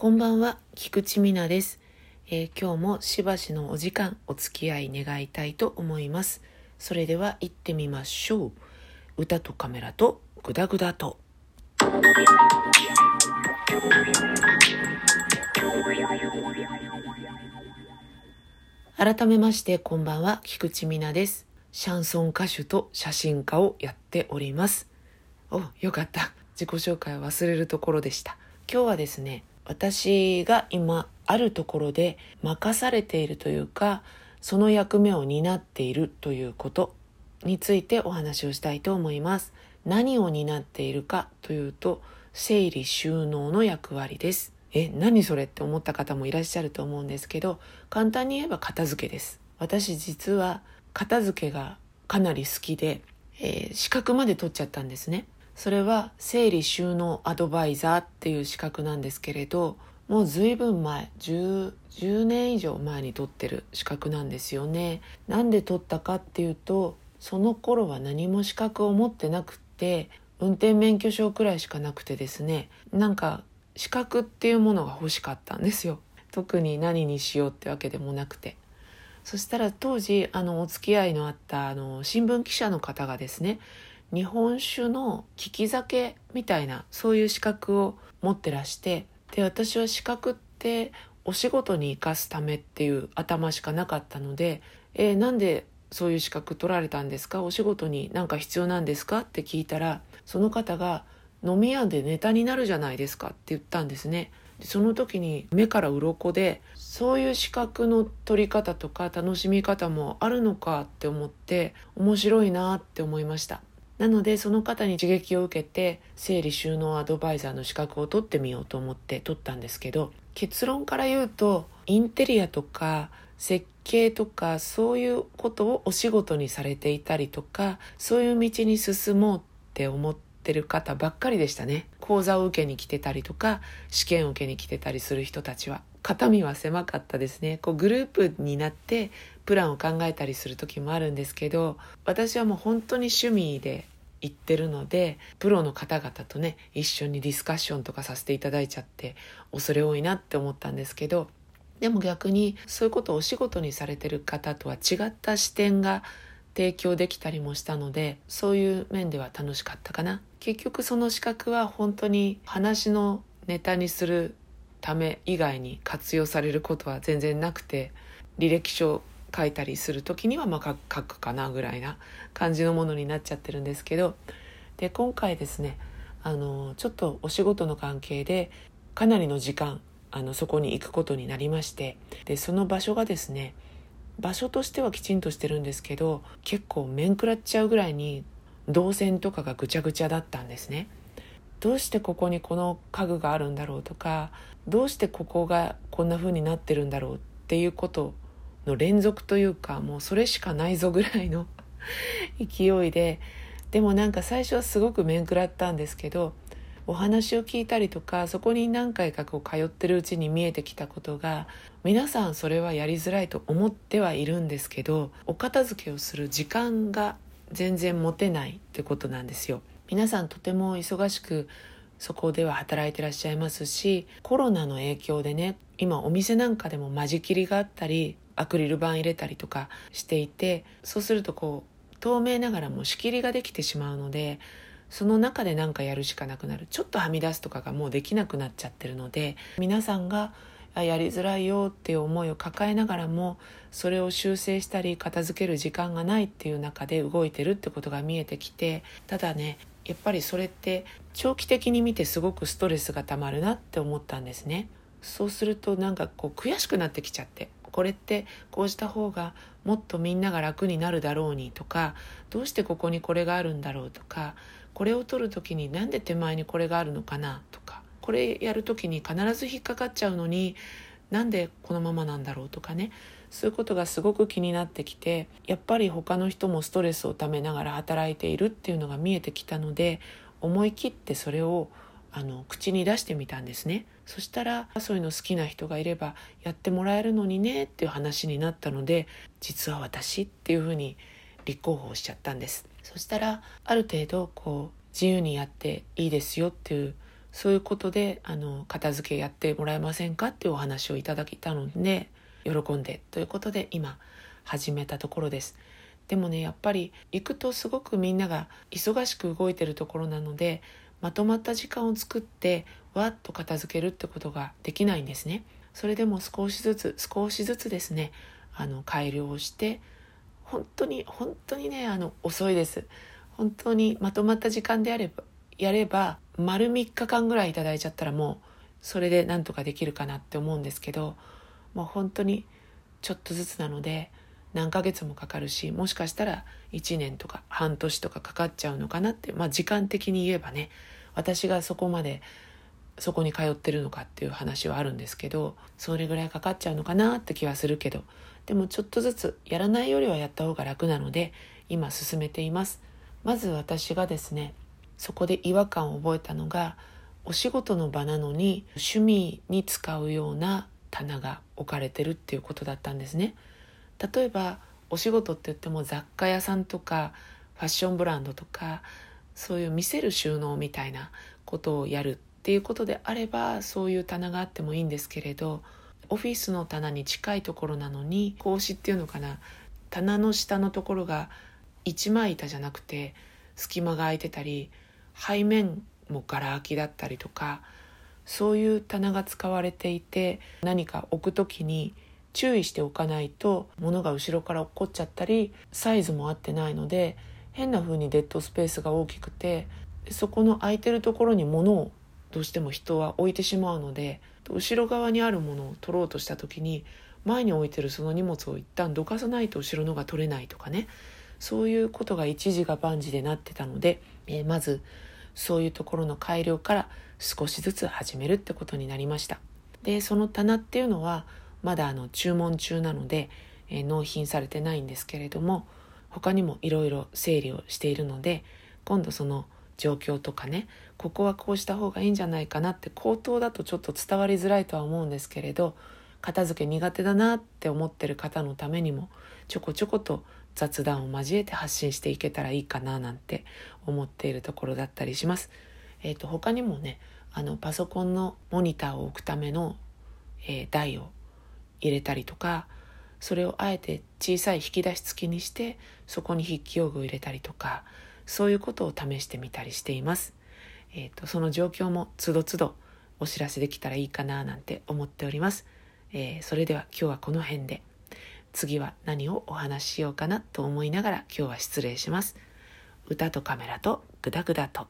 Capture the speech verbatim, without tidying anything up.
こんばんは、菊池美奈です、えー、今日もしばしのお時間お付き合い願いたいと思います。それでは行ってみましょう。歌とカメラとグダグダと。改めましてこんばんは、菊池美奈です。シャンソン歌手と写真家をやっております。お、よかった。自己紹介を忘れるところでした。今日はですね、私が今あるところで任されているというか、その役目を担っているということについてお話をしたいと思います。何を担っているかというと、整理収納の役割です。え、何それって思った方もいらっしゃると思うんですけど、簡単に言えば片付けです。私実は片付けがかなり好きで、えー、資格まで取っちゃったんですね。それは整理収納アドバイザーっていう資格なんですけれど、もうずいぶん前、じゅうねん以上前に取ってる資格なんですよね。なんで取ったかっていうと、その頃は何も資格を持ってなくって、運転免許証くらいしかなくてですね、なんか資格っていうものが欲しかったんですよ。特に何にしようってわけでもなくて。そしたら当時あのお付き合いのあったあの新聞記者の方がですね、日本酒の利き酒みたいなそういう資格を持ってらして、で私は資格ってお仕事に生かすためっていう頭しかなかったので、えー、なんでそういう資格取られたんですか、お仕事に何か必要なんですかって聞いたら、その方が飲み屋でネタになるじゃないですかって言ったんですね。でその時に目から鱗で、そういう資格の取り方とか楽しみ方もあるのかって思って、面白いなって思いました。なのでその方に刺激を受けて整理収納アドバイザーの資格を取ってみようと思って取ったんですけど、結論から言うとインテリアとか設計とかそういうことをお仕事にされていたりとか、そういう道に進もうって思ってる方ばっかりでしたね。講座を受けに来てたりとか試験を受けに来てたりする人たちは肩身は狭かったですね。こうグループになってプランを考えたりする時もあるんですけど、私はもう本当に趣味で行ってるので、プロの方々とね一緒にディスカッションとかさせていただいちゃって恐れ多いなって思ったんですけど、でも逆にそういうことをお仕事にされてる方とは違った視点が提供できたりもしたので、そういう面では楽しかったかな。結局その資格は本当に話のネタにするため以外に活用されることは全然なくて、履歴書書いたりする時にはまあ書くかなぐらいな感じのものになっちゃってるんですけど、で今回ですね、あのちょっとお仕事の関係でかなりの時間あのそこに行くことになりまして、でその場所がですね、場所としてはきちんとしてるんですけど、結構面食らっちゃうぐらいに動線とかがぐちゃぐちゃだったんですね。どうしてここにこの家具があるんだろうとか、どうしてここがこんな風になってるんだろうっていうことの連続というか、もうそれしかないぞぐらいの勢いで、でもなんか最初はすごく面食らったんですけど、お話を聞いたりとか、そこに何回かこう通ってるうちに見えてきたことが、皆さんそれはやりづらいと思ってはいるんですけど、お片付けをする時間が全然持てないってことなんですよ。皆さんとても忙しくそこでは働いてらっしゃいますし、コロナの影響でね、今お店なんかでも間仕切りがあったりアクリル板入れたりとかしていて、そうするとこう透明ながらも仕切りができてしまうので、その中で何かやるしかなくなる。ちょっとはみ出すとかがもうできなくなっちゃってるので、皆さんがやりづらいよっていう思いを抱えながらも、それを修正したり片付ける時間がないっていう中で動いてるってことが見えてきて、ただね、やっぱりそれって長期的に見てすごくストレスがたまるなって思ったんですね。そうするとなんかこう悔しくなってきちゃって、これってこうした方がもっとみんなが楽になるだろうにとか、どうしてここにこれがあるんだろうとか、これを取るときになんで手前にこれがあるのかなとか、これやるときに必ず引っかかっちゃうのになんでこのままなんだろうとかね、そういうことがすごく気になってきて、やっぱり他の人もストレスをためながら働いているっていうのが見えてきたので、思い切ってそれをあの口に出してみたんですね。そしたらそういうの好きな人がいればやってもらえるのにねっていう話になったので、実は私っていうふうに立候補しちゃったんです。そしたらある程度こう自由にやっていいですよっていうそういうことであの片付けやってもらえませんかっていうお話をいただいたので、喜んでということで今始めたところです。でもね、やっぱり行くとすごくみんなが忙しく動いてるところなので、まとまった時間を作ってわっと片付けるってことができないんですね。それでも少しずつ少しずつですね、あの改良をして、本当に本当にね、あの遅いです。本当にまとまった時間であればやれば丸みっかかんぐらいいただいちゃったら、もうそれでなんとかできるかなって思うんですけど、もう本当にちょっとずつなので何ヶ月もかかるし、もしかしたらいちねんとか半年とかかかっちゃうのかなって、まあ時間的に言えばね、私がそこまでそこに通ってるのかっていう話はあるんですけど、それぐらいかかっちゃうのかなって気はするけど、でもちょっとずつやらないよりはやった方が楽なので今進めています。まず私がですね、そこで違和感を覚えたのが、お仕事の場なのに趣味に使うような棚が置かれてるっていうことだったんですね。例えばお仕事って言っても雑貨屋さんとかファッションブランドとか、そういう見せる収納みたいなことをやるっていうことであれば、そういう棚があってもいいんですけれど、オフィスの棚に近いところなのに、格子っていうのかな、棚の下のところが一枚板じゃなくて隙間が空いてたり、背面もガラ空きだったりとか、そういう棚が使われていて、何か置くときに注意しておかないと物が後ろから落っこっちゃったり、サイズも合ってないので変な風にデッドスペースが大きくて、そこの空いてるところに物をどうしても人は置いてしまうので、後ろ側にあるものを取ろうとした時に前に置いてるその荷物を一旦どかさないと後ろのが取れないとかね、そういうことが一時が万事でなってたので、えー、まずそういうところの改良から少しずつ始めるってことになりました。でその棚っていうのはまだあの注文中なので、えー、納品されてないんですけれども、他にもいろいろ整理をしているので、今度その状況とかね、ここはこうした方がいいんじゃないかなって、口頭だとちょっと伝わりづらいとは思うんですけれど、片付け苦手だなって思ってる方のためにもちょこちょこと雑談を交えて発信していけたらいいかななんて思っているところだったりします。えーと、他にもね、あのパソコンのモニターを置くための、えー、台を入れたりとか、それをあえて小さい引き出し付きにしてそこに筆記用具を入れたりとか、そういうことを試してみたりしています。えーと、その状況もつどつどお知らせできたらいいかななんて思っております。えー、それでは今日はこの辺で、次は何をお話ししようかなと思いながら今日は失礼します。歌とカメラとグダグダと。